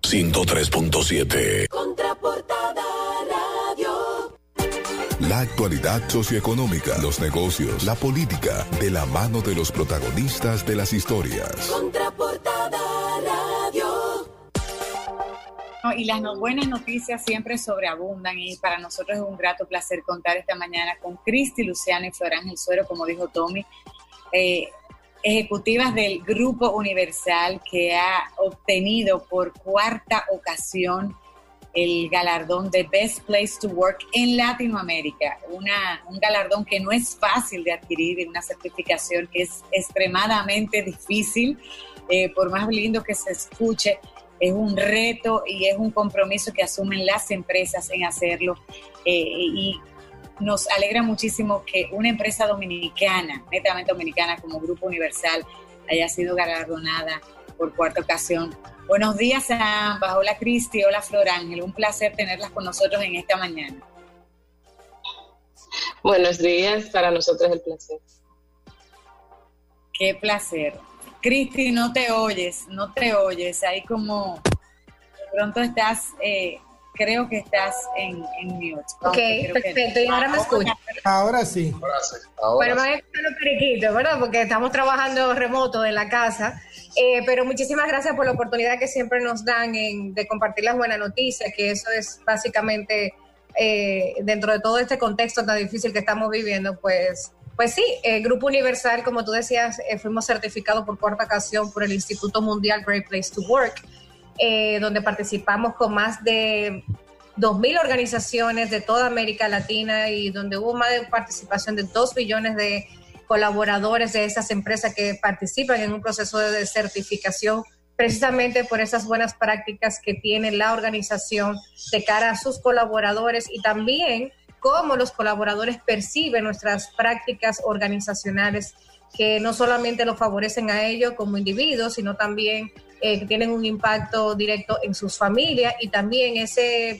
103.7. Contraportada Radio. La actualidad socioeconómica, los negocios, la política, de la mano de los protagonistas de las historias. Contraportada Radio. Y las buenas noticias siempre sobreabundan y para nosotros es un grato placer contar esta mañana con Cristi Luciano y Florángel Suero, como dijo Tommy, ejecutivas del Grupo Universal, que ha obtenido por cuarta ocasión el galardón de Best Place to Work en Latinoamérica, un galardón que no es fácil de adquirir, una certificación que es extremadamente difícil, por más lindo que se escuche. Es un reto y es un compromiso que asumen las empresas en hacerlo, y nos alegra muchísimo que una empresa dominicana, netamente dominicana como Grupo Universal, haya sido galardonada por cuarta ocasión. Buenos días a ambas. Hola Cristi, hola Florángel, un placer tenerlas con nosotros en esta mañana. Buenos días, para nosotros el placer. Qué placer. Cristi, no te oyes, ahí como de pronto estás, creo que estás en mute. Ok, perfecto, y ahora me escuchas. Ahora sí. Bueno, van a escuchar los periquitos, ¿verdad? Porque estamos trabajando remoto en la casa, pero muchísimas gracias por la oportunidad que siempre nos dan de compartir las buenas noticias, que eso es básicamente, dentro de todo este contexto tan difícil que estamos viviendo, pues sí, el Grupo Universal, como tú decías, fuimos certificados por cuarta ocasión por el Instituto Mundial Great Place to Work, donde participamos con más de 2,000 organizaciones de toda América Latina y donde hubo más de participación de 2 millones de colaboradores de esas empresas que participan en un proceso de certificación precisamente por esas buenas prácticas que tiene la organización de cara a sus colaboradores y también cómo los colaboradores perciben nuestras prácticas organizacionales, que no solamente los favorecen a ellos como individuos, sino también tienen un impacto directo en sus familias y también ese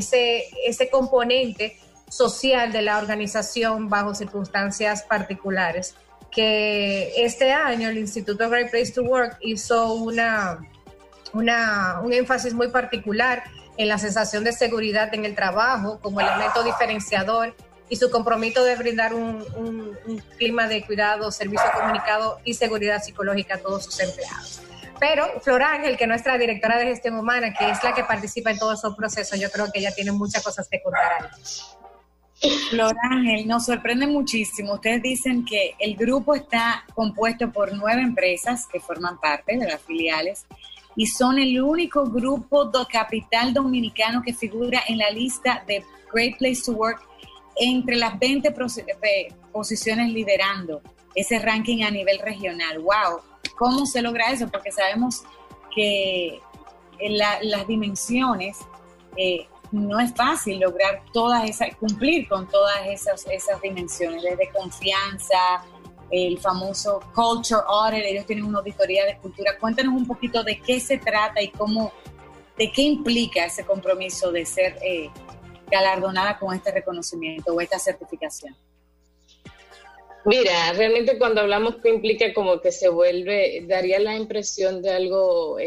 componente social de la organización bajo circunstancias particulares. Que este año el Instituto Great Place to Work hizo un énfasis muy particular en la sensación de seguridad en el trabajo como elemento diferenciador y su compromiso de brindar un clima de cuidado, servicio comunicado y seguridad psicológica a todos sus empleados. Pero Florángel, que es nuestra directora de gestión humana, que es la que participa en todos esos procesos, yo creo que ella tiene muchas cosas que contar ahí. Florángel, nos sorprende muchísimo. Ustedes dicen que el grupo está compuesto por 9 empresas que forman parte de las filiales y son el único grupo de capital dominicano que figura en la lista de Great Place to Work entre las 20 posiciones liderando ese ranking a nivel regional. ¡Wow! ¿Cómo se logra eso? Porque sabemos que las dimensiones, no es fácil lograr cumplir con todas esas dimensiones, desde confianza, el famoso Culture Audit. Ellos tienen una auditoría de cultura. Cuéntanos un poquito de qué se trata y de qué implica ese compromiso de ser galardonada con este reconocimiento o esta certificación. Mira, realmente cuando hablamos que implica, como que daría la impresión de algo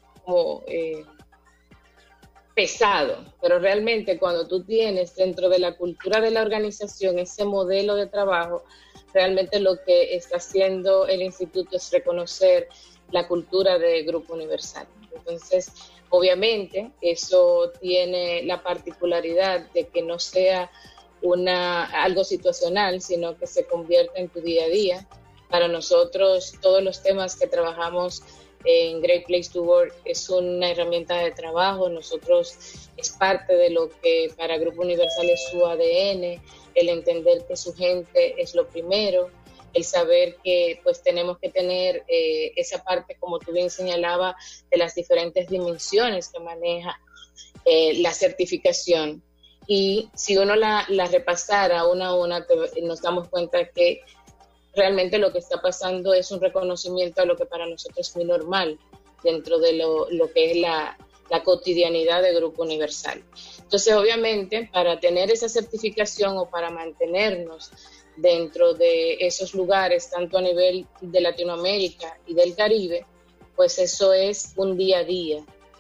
pesado, pero realmente cuando tú tienes dentro de la cultura de la organización ese modelo de trabajo, realmente lo que está haciendo el instituto es reconocer la cultura de Grupo Universal. Entonces, obviamente, eso tiene la particularidad de que no sea algo situacional, sino que se convierta en tu día a día. Para nosotros, todos los temas que trabajamos en Great Place to Work es una herramienta de trabajo. Nosotros es parte de lo que para Grupo Universal es su ADN, el entender que su gente es lo primero, el saber que pues tenemos que tener esa parte, como tú bien señalaba, de las diferentes dimensiones que maneja la certificación. Y si uno la repasara una a una, nos damos cuenta que realmente lo que está pasando es un reconocimiento a lo que para nosotros es muy normal dentro de lo que es la cotidianidad de Grupo Universal. Entonces, obviamente, para tener esa certificación o para mantenernos dentro de esos lugares, tanto a nivel de Latinoamérica y del Caribe, pues eso es un día a día.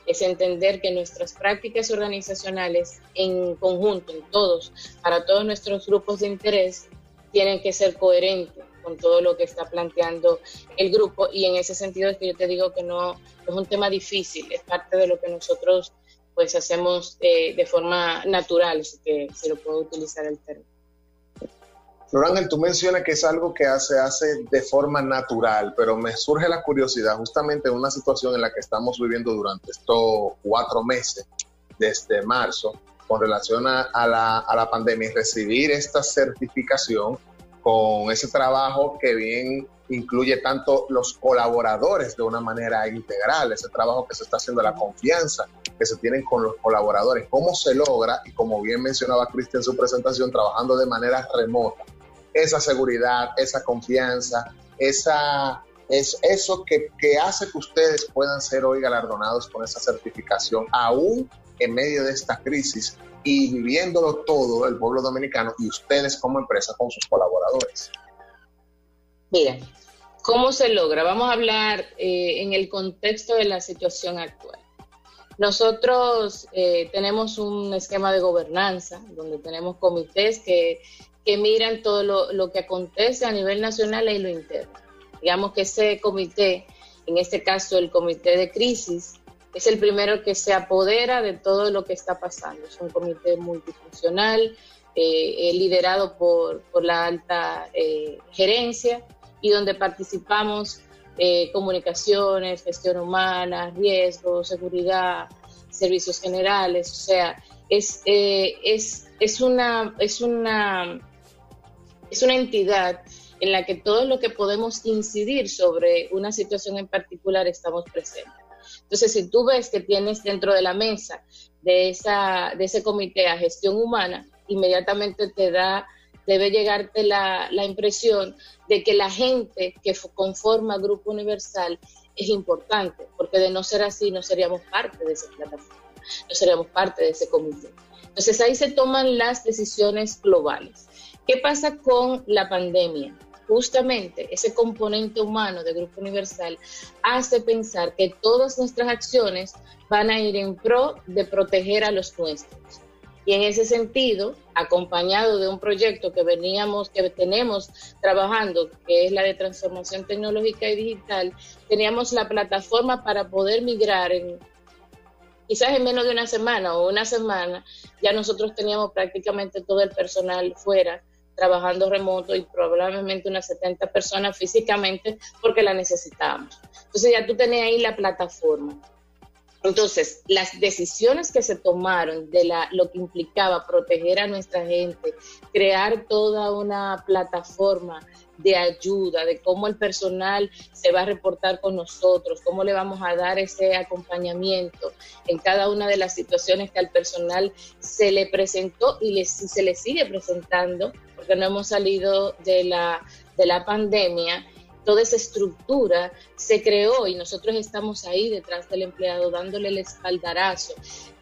es entender que nuestras prácticas organizacionales en conjunto, para todos nuestros grupos de interés, tienen que ser coherentes con todo lo que está planteando el grupo, y en ese sentido es que yo te digo que no es un tema difícil, es parte de lo que nosotros pues hacemos de forma natural, si lo puedo utilizar el término. Flor Ángel, tú mencionas que es algo que se hace de forma natural, pero me surge la curiosidad justamente en una situación en la que estamos viviendo durante estos 4 meses, desde marzo, con relación a la pandemia, y recibir esta certificación con ese trabajo que bien incluye tanto los colaboradores de una manera integral, ese trabajo que se está haciendo, la confianza que se tienen con los colaboradores, cómo se logra, y como bien mencionaba Cristian en su presentación, trabajando de manera remota, esa seguridad, esa confianza, es eso que hace que ustedes puedan ser hoy galardonados con esa certificación, aún en medio de esta crisis y viviéndolo todo el pueblo dominicano y ustedes como empresa con sus colaboradores. Mira, ¿cómo se logra? Vamos a hablar en el contexto de la situación actual. Nosotros tenemos un esquema de gobernanza donde tenemos comités que miran todo lo que acontece a nivel nacional y lo interno. Digamos que ese comité, en este caso el comité de crisis, es el primero que se apodera de todo lo que está pasando. Es un comité multifuncional, liderado por la alta gerencia, y donde participamos comunicaciones, gestión humana, riesgos, seguridad, servicios generales. O sea, es una entidad en la que todo lo que podemos incidir sobre una situación en particular estamos presentes. Entonces, si tú ves que tienes dentro de la mesa de ese comité a gestión humana, inmediatamente debe llegarte la impresión de que la gente que conforma Grupo Universal es importante, porque de no ser así no seríamos parte de esa plataforma, no seríamos parte de ese comité. Entonces, ahí se toman las decisiones globales. ¿Qué pasa con la pandemia? Justamente ese componente humano de Grupo Universal hace pensar que todas nuestras acciones van a ir en pro de proteger a los nuestros. Y en ese sentido, acompañado de un proyecto que tenemos trabajando, que es la de transformación tecnológica y digital, teníamos la plataforma para poder migrar quizás en menos de una semana o una semana, ya nosotros teníamos prácticamente todo el personal fuera, trabajando remoto, y probablemente unas 70 personas físicamente porque la necesitábamos. Entonces ya tú tenías ahí la plataforma. Entonces, las decisiones que se tomaron de lo que implicaba proteger a nuestra gente, crear toda una plataforma de ayuda, de cómo el personal se va a reportar con nosotros, cómo le vamos a dar ese acompañamiento en cada una de las situaciones que al personal se le presentó y se le sigue presentando, porque no hemos salido de la pandemia. Toda esa estructura se creó y nosotros estamos ahí detrás del empleado dándole el espaldarazo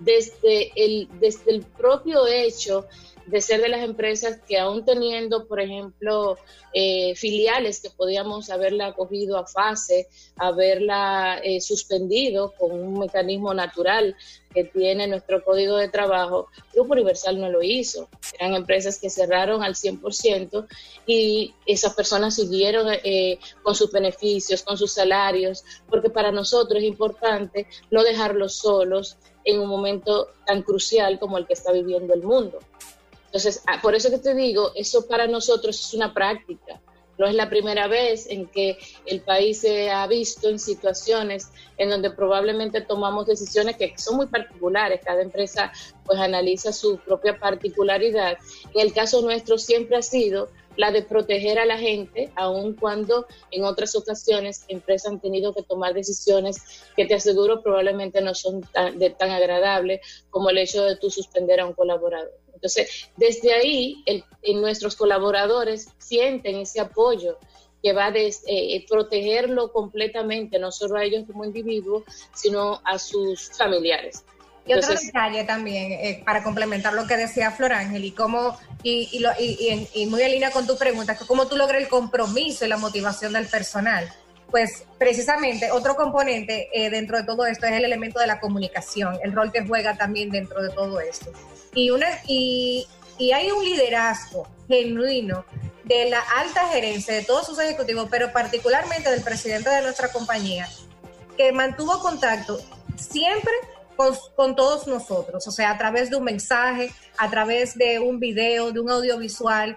desde el propio hecho de ser de las empresas que, aún teniendo, por ejemplo, filiales que podíamos haberla acogido a fase, haberla suspendido con un mecanismo natural que tiene nuestro código de trabajo, Grupo Universal no lo hizo. Eran empresas que cerraron al 100% y esas personas siguieron con sus beneficios, con sus salarios, porque para nosotros es importante no dejarlos solos en un momento tan crucial como el que está viviendo el mundo. Entonces, por eso que te digo, eso para nosotros es una práctica. No es la primera vez en que el país se ha visto en situaciones en donde probablemente tomamos decisiones que son muy particulares. Cada empresa pues analiza su propia particularidad. En el caso nuestro siempre ha sido la de proteger a la gente, aun cuando en otras ocasiones empresas han tenido que tomar decisiones que te aseguro probablemente no son tan agradables como el hecho de tú suspender a un colaborador. Entonces, desde ahí, nuestros colaboradores sienten ese apoyo que va a protegerlo completamente, no solo a ellos como individuos, sino a sus familiares. Y otro detalle también, para complementar lo que decía Flor Ángel, y muy en línea con tu pregunta, que cómo tú logras el compromiso y la motivación del personal. pues precisamente otro componente dentro de todo esto es el elemento de la comunicación, el rol que juega también dentro de todo esto. Y hay un liderazgo genuino de la alta gerencia, de todos sus ejecutivos, pero particularmente del presidente de nuestra compañía, que mantuvo contacto siempre con todos nosotros, o sea, a través de un mensaje, a través de un video, de un audiovisual,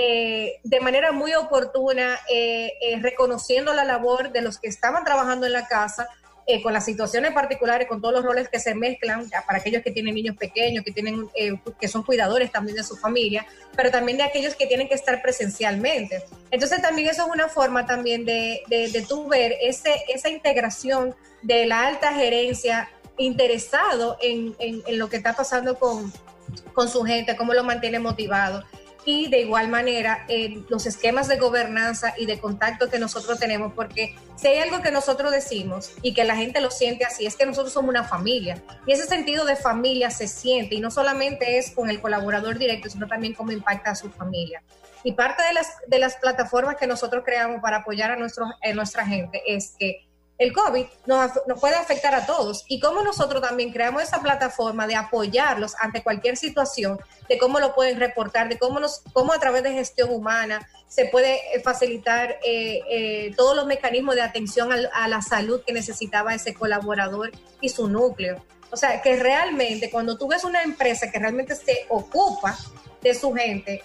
de manera muy oportuna, reconociendo la labor de los que estaban trabajando en la casa, con las situaciones particulares, con todos los roles que se mezclan, para aquellos que tienen niños pequeños, que son cuidadores también de su familia, pero también de aquellos que tienen que estar presencialmente. Entonces también eso es una forma también de tú ver esa integración de la alta gerencia interesado en lo que está pasando con su gente, cómo lo mantiene motivado. Y de igual manera los esquemas de gobernanza y de contacto que nosotros tenemos, porque si hay algo que nosotros decimos y que la gente lo siente así, es que nosotros somos una familia, y ese sentido de familia se siente, y no solamente es con el colaborador directo, sino también cómo impacta a su familia. Y parte de las plataformas que nosotros creamos para apoyar a nuestra gente es que el COVID nos puede afectar a todos, y cómo nosotros también creamos esa plataforma de apoyarlos ante cualquier situación, de cómo lo pueden reportar, de cómo a través de gestión humana se puede facilitar todos los mecanismos de atención a la salud que necesitaba ese colaborador y su núcleo. O sea, que realmente cuando tú ves una empresa que realmente se ocupa de su gente,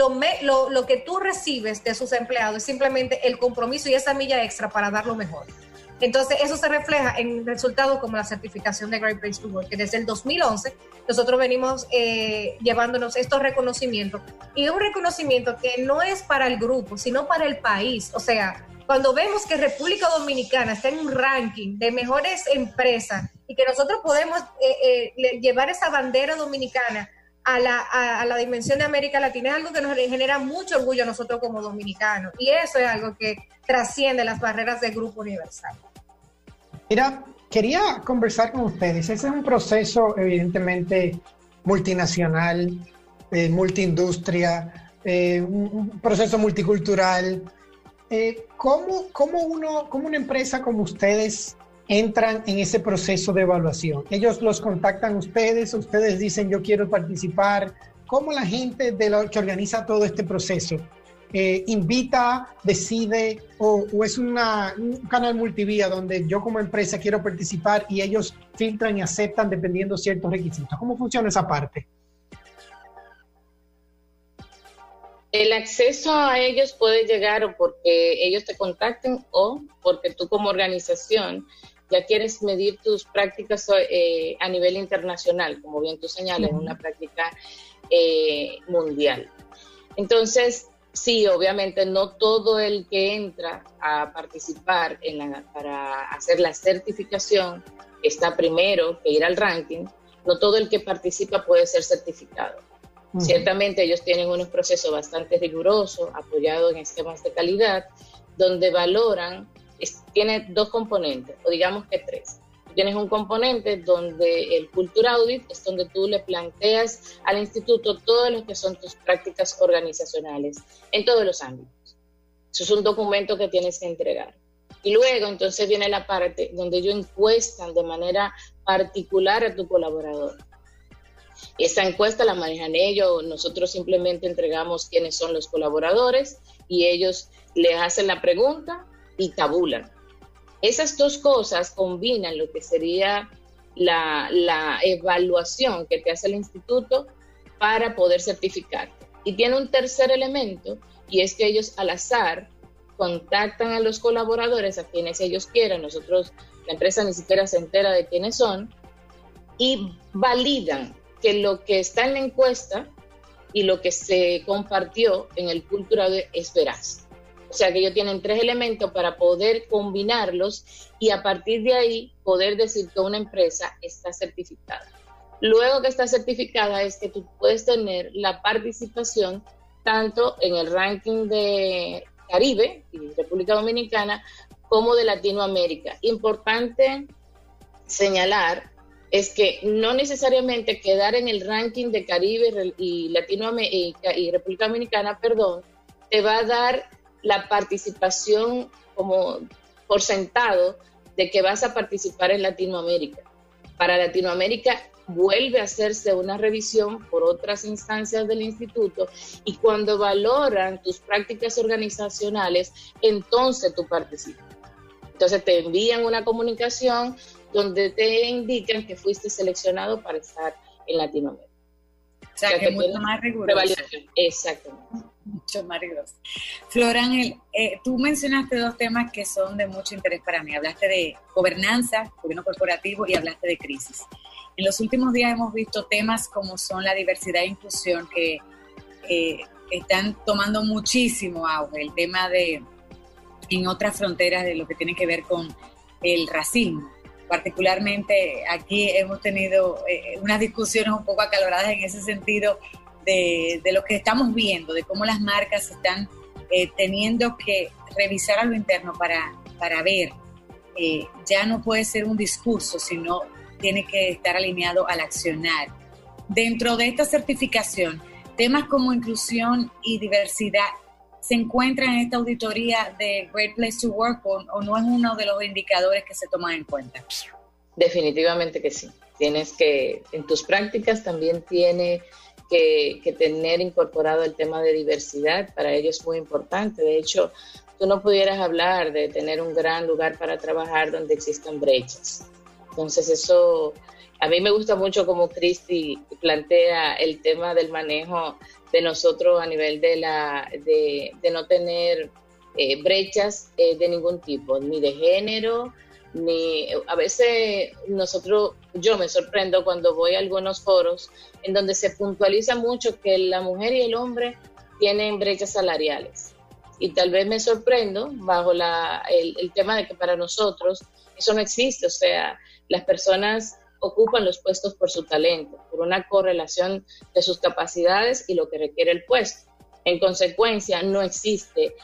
lo que tú recibes de sus empleados es simplemente el compromiso y esa milla extra para dar lo mejor. Entonces, eso se refleja en resultados como la certificación de Great Place to Work, que desde el 2011 nosotros venimos llevándonos estos reconocimientos, y un reconocimiento que no es para el grupo, sino para el país. O sea, cuando vemos que República Dominicana está en un ranking de mejores empresas y que nosotros podemos llevar esa bandera dominicana a la dimensión de América Latina, es algo que nos genera mucho orgullo a nosotros como dominicanos, y eso es algo que trasciende las barreras del Grupo Universal. Mira, quería conversar con ustedes. Ese es un proceso evidentemente multinacional, multiindustria, un proceso multicultural. ¿Cómo una empresa como ustedes entran en ese proceso de evaluación? Ellos los contactan ustedes dicen yo quiero participar. ¿Cómo la gente que organiza todo este proceso invita, decide, o es un canal multivía donde yo como empresa quiero participar y ellos filtran y aceptan dependiendo ciertos requisitos? ¿Cómo funciona esa parte? El acceso a ellos puede llegar o porque ellos te contacten o porque tú como organización ya quieres medir tus prácticas a nivel internacional, como bien tú señalas, una práctica mundial. Entonces, sí, obviamente no todo el que entra a participar para hacer la certificación está primero que ir al ranking, no todo el que participa puede ser certificado. Ciertamente ellos tienen unos procesos bastante rigurosos, apoyados en esquemas de calidad, donde valoran, tiene dos componentes, o digamos que tres. Tienes un componente donde el Culture Audit es donde tú le planteas al instituto todo lo que son tus prácticas organizacionales en todos los ámbitos. Eso es un documento que tienes que entregar. Y luego entonces viene la parte donde ellos encuestan de manera particular a tu colaborador. Esta encuesta la manejan ellos, nosotros simplemente entregamos quiénes son los colaboradores y ellos les hacen la pregunta y tabulan. Esas dos cosas combinan lo que sería la evaluación que te hace el instituto para poder certificarte. Y tiene un tercer elemento, y es que ellos al azar contactan a los colaboradores a quienes ellos quieran. Nosotros, la empresa ni siquiera se entera de quiénes son, y validan que lo que está en la encuesta y lo que se compartió en el Culture es veraz. O sea que ellos tienen tres elementos para poder combinarlos y a partir de ahí poder decir que una empresa está certificada. Luego que está certificada es que tú puedes tener la participación tanto en el ranking de Caribe y República Dominicana como de Latinoamérica. Importante señalar es que no necesariamente quedar en el ranking de Caribe y Latinoamérica y República Dominicana, te va a dar la participación como por sentado de que vas a participar en Latinoamérica. Para Latinoamérica vuelve a hacerse una revisión por otras instancias del instituto y cuando valoran tus prácticas organizacionales, entonces tú participas. Entonces te envían una comunicación donde te indican que fuiste seleccionado para estar en Latinoamérica. O sea, que es mucho más riguroso. Exactamente. Mucho más riguroso. Flor Ángel, tú mencionaste dos temas que son de mucho interés para mí. Hablaste de gobernanza, gobierno corporativo, y hablaste de crisis. En los últimos días hemos visto temas como son la diversidad e inclusión que están tomando muchísimo auge. El tema en otras fronteras de lo que tiene que ver con el racismo. Particularmente aquí hemos tenido unas discusiones un poco acaloradas en ese sentido de lo que estamos viendo, de cómo las marcas están teniendo que revisar a lo interno para ver. Ya no puede ser un discurso, sino tiene que estar alineado al accionar. Dentro de esta certificación, temas como inclusión y diversidad se encuentran en esta auditoría de Great Place to Work o no es uno de los indicadores que se toman en cuenta? Definitivamente que sí. Tienes que, en tus prácticas también tiene que tener incorporado el tema de diversidad. Para ello es muy importante. De hecho, tú no pudieras hablar de tener un gran lugar para trabajar donde existan brechas. Entonces eso, a mí me gusta mucho como Cristi plantea el tema del manejo de nosotros a nivel de no tener brechas de ningún tipo, ni de género, ni a veces yo me sorprendo cuando voy a algunos foros en donde se puntualiza mucho que la mujer y el hombre tienen brechas salariales. Y tal vez me sorprendo bajo el tema de que para nosotros eso no existe, o sea, las personas ocupan los puestos por su talento, por una correlación de sus capacidades y lo que requiere el puesto. En consecuencia, no existe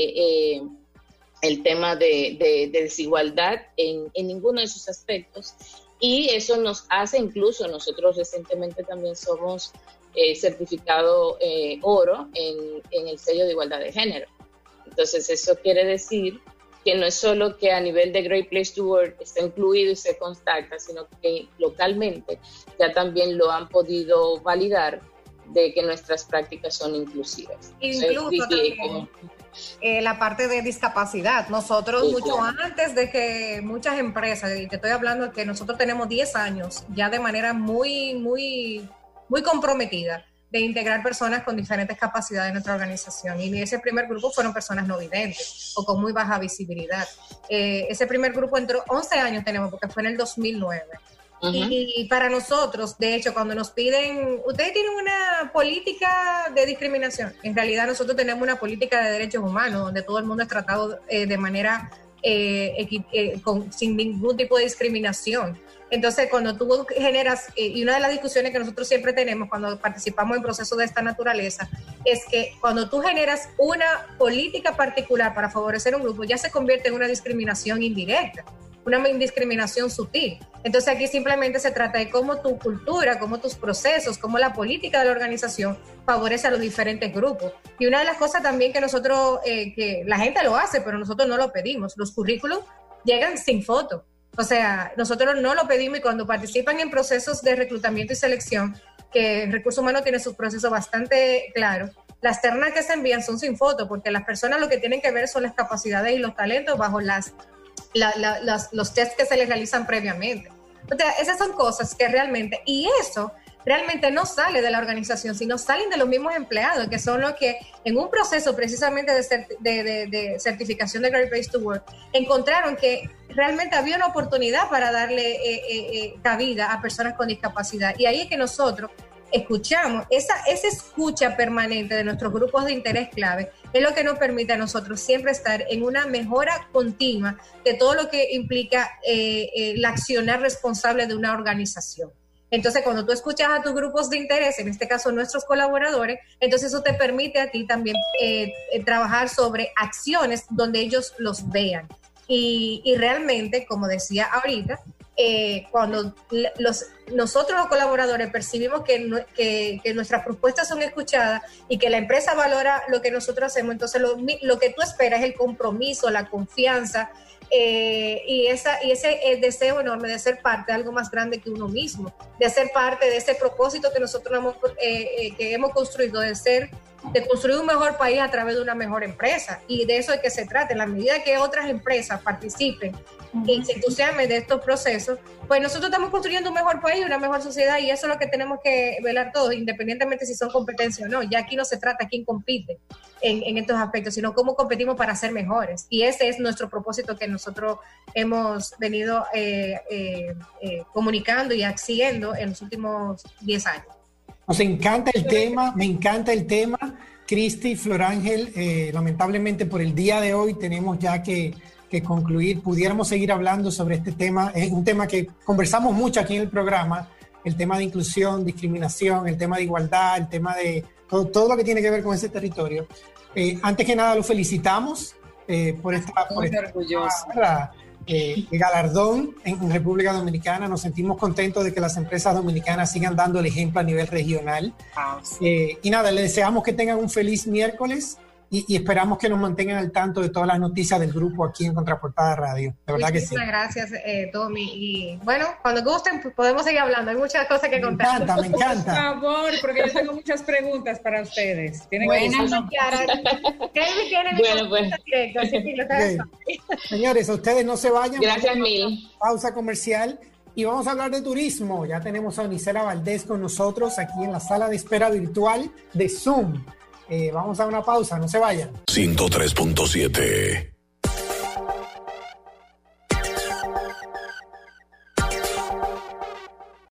el tema de desigualdad en ninguno de sus aspectos y eso nos hace, incluso nosotros recientemente también somos certificado oro en el sello de igualdad de género. Entonces, eso quiere decir que no es solo que a nivel de Great Place to Work está incluido y se constata, sino que localmente ya también lo han podido validar de que nuestras prácticas son inclusivas. Incluso también, la parte de discapacidad. Nosotros sí, mucho claro. Antes de que muchas empresas, y te estoy hablando de que nosotros tenemos 10 años ya de manera muy, muy, muy comprometida de integrar personas con diferentes capacidades en nuestra organización. Y ese primer grupo fueron personas no videntes o con muy baja visibilidad. Ese primer grupo entró, 11 años tenemos, porque fue en el 2009. Uh-huh. Y para nosotros, de hecho, cuando nos piden, ustedes tienen una política de discriminación, en realidad nosotros tenemos una política de derechos humanos, donde todo el mundo es tratado de manera sin ningún tipo de discriminación. Entonces, cuando tú generas, y una de las discusiones que nosotros siempre tenemos cuando participamos en procesos de esta naturaleza, es que cuando tú generas una política particular para favorecer un grupo, ya se convierte en una discriminación indirecta, una discriminación sutil. Entonces, aquí simplemente se trata de cómo tu cultura, cómo tus procesos, cómo la política de la organización favorece a los diferentes grupos. Y una de las cosas también que nosotros, que la gente lo hace, pero nosotros no lo pedimos, los currículums llegan sin foto. O sea, nosotros no lo pedimos y cuando participan en procesos de reclutamiento y selección, que Recursos Humanos tiene sus procesos bastante claros, las ternas que se envían son sin foto, porque las personas lo que tienen que ver son las capacidades y los talentos bajo los tests que se les realizan previamente. O sea, esas son cosas que realmente, y eso realmente no sale de la organización, sino salen de los mismos empleados, que son los que en un proceso precisamente de certificación de Great Place to Work, encontraron que realmente había una oportunidad para darle cabida a personas con discapacidad. Y ahí es que nosotros escuchamos, esa escucha permanente de nuestros grupos de interés clave es lo que nos permite a nosotros siempre estar en una mejora continua de todo lo que implica el accionar responsable de una organización. Entonces, cuando tú escuchas a tus grupos de interés, en este caso nuestros colaboradores, entonces eso te permite a ti también trabajar sobre acciones donde ellos los vean. Y realmente, como decía ahorita, cuando nosotros los colaboradores percibimos que nuestras propuestas son escuchadas y que la empresa valora lo que nosotros hacemos, entonces lo que tú esperas es el compromiso, la confianza, y ese deseo enorme de ser parte de algo más grande que uno mismo, de ser parte de ese propósito que nosotros hemos construido, de construir un mejor país a través de una mejor empresa, y de eso es que se trata. En la medida que otras empresas participen y se entusiasmen de estos procesos, pues nosotros estamos construyendo un mejor país, una mejor sociedad, y eso es lo que tenemos que velar todos, independientemente si son competencias o no. Ya aquí no se trata quién compite en estos aspectos, sino cómo competimos para ser mejores, y ese es nuestro propósito que nosotros hemos venido comunicando y haciendo en los últimos 10 años. Nos encanta el tema, me encanta el tema. Cristi, Florángel, lamentablemente por el día de hoy tenemos ya que concluir. Pudiéramos seguir hablando sobre este tema. Es un tema que conversamos mucho aquí en el programa, el tema de inclusión, discriminación, el tema de igualdad, el tema de todo lo que tiene que ver con ese territorio. Antes que nada, lo felicitamos por esta galardón en República Dominicana. Nos sentimos contentos de que las empresas dominicanas sigan dando el ejemplo a nivel regional. Y nada, les deseamos que tengan un feliz miércoles y esperamos que nos mantengan al tanto de todas las noticias del grupo aquí en Contraportada Radio. De verdad que sí. Muchas gracias, Tommy. Y bueno, cuando gusten, pues podemos seguir hablando. Hay muchas cosas que contar. Me encanta. Por favor, porque yo tengo muchas preguntas para ustedes. Bueno, pues. Señores, ustedes no se vayan. Gracias mil. Pausa comercial. Y vamos a hablar de turismo. Ya tenemos a Onicela Valdés con nosotros aquí en la sala de espera virtual de Zoom. Vamos a una pausa, no se vayan. 103.7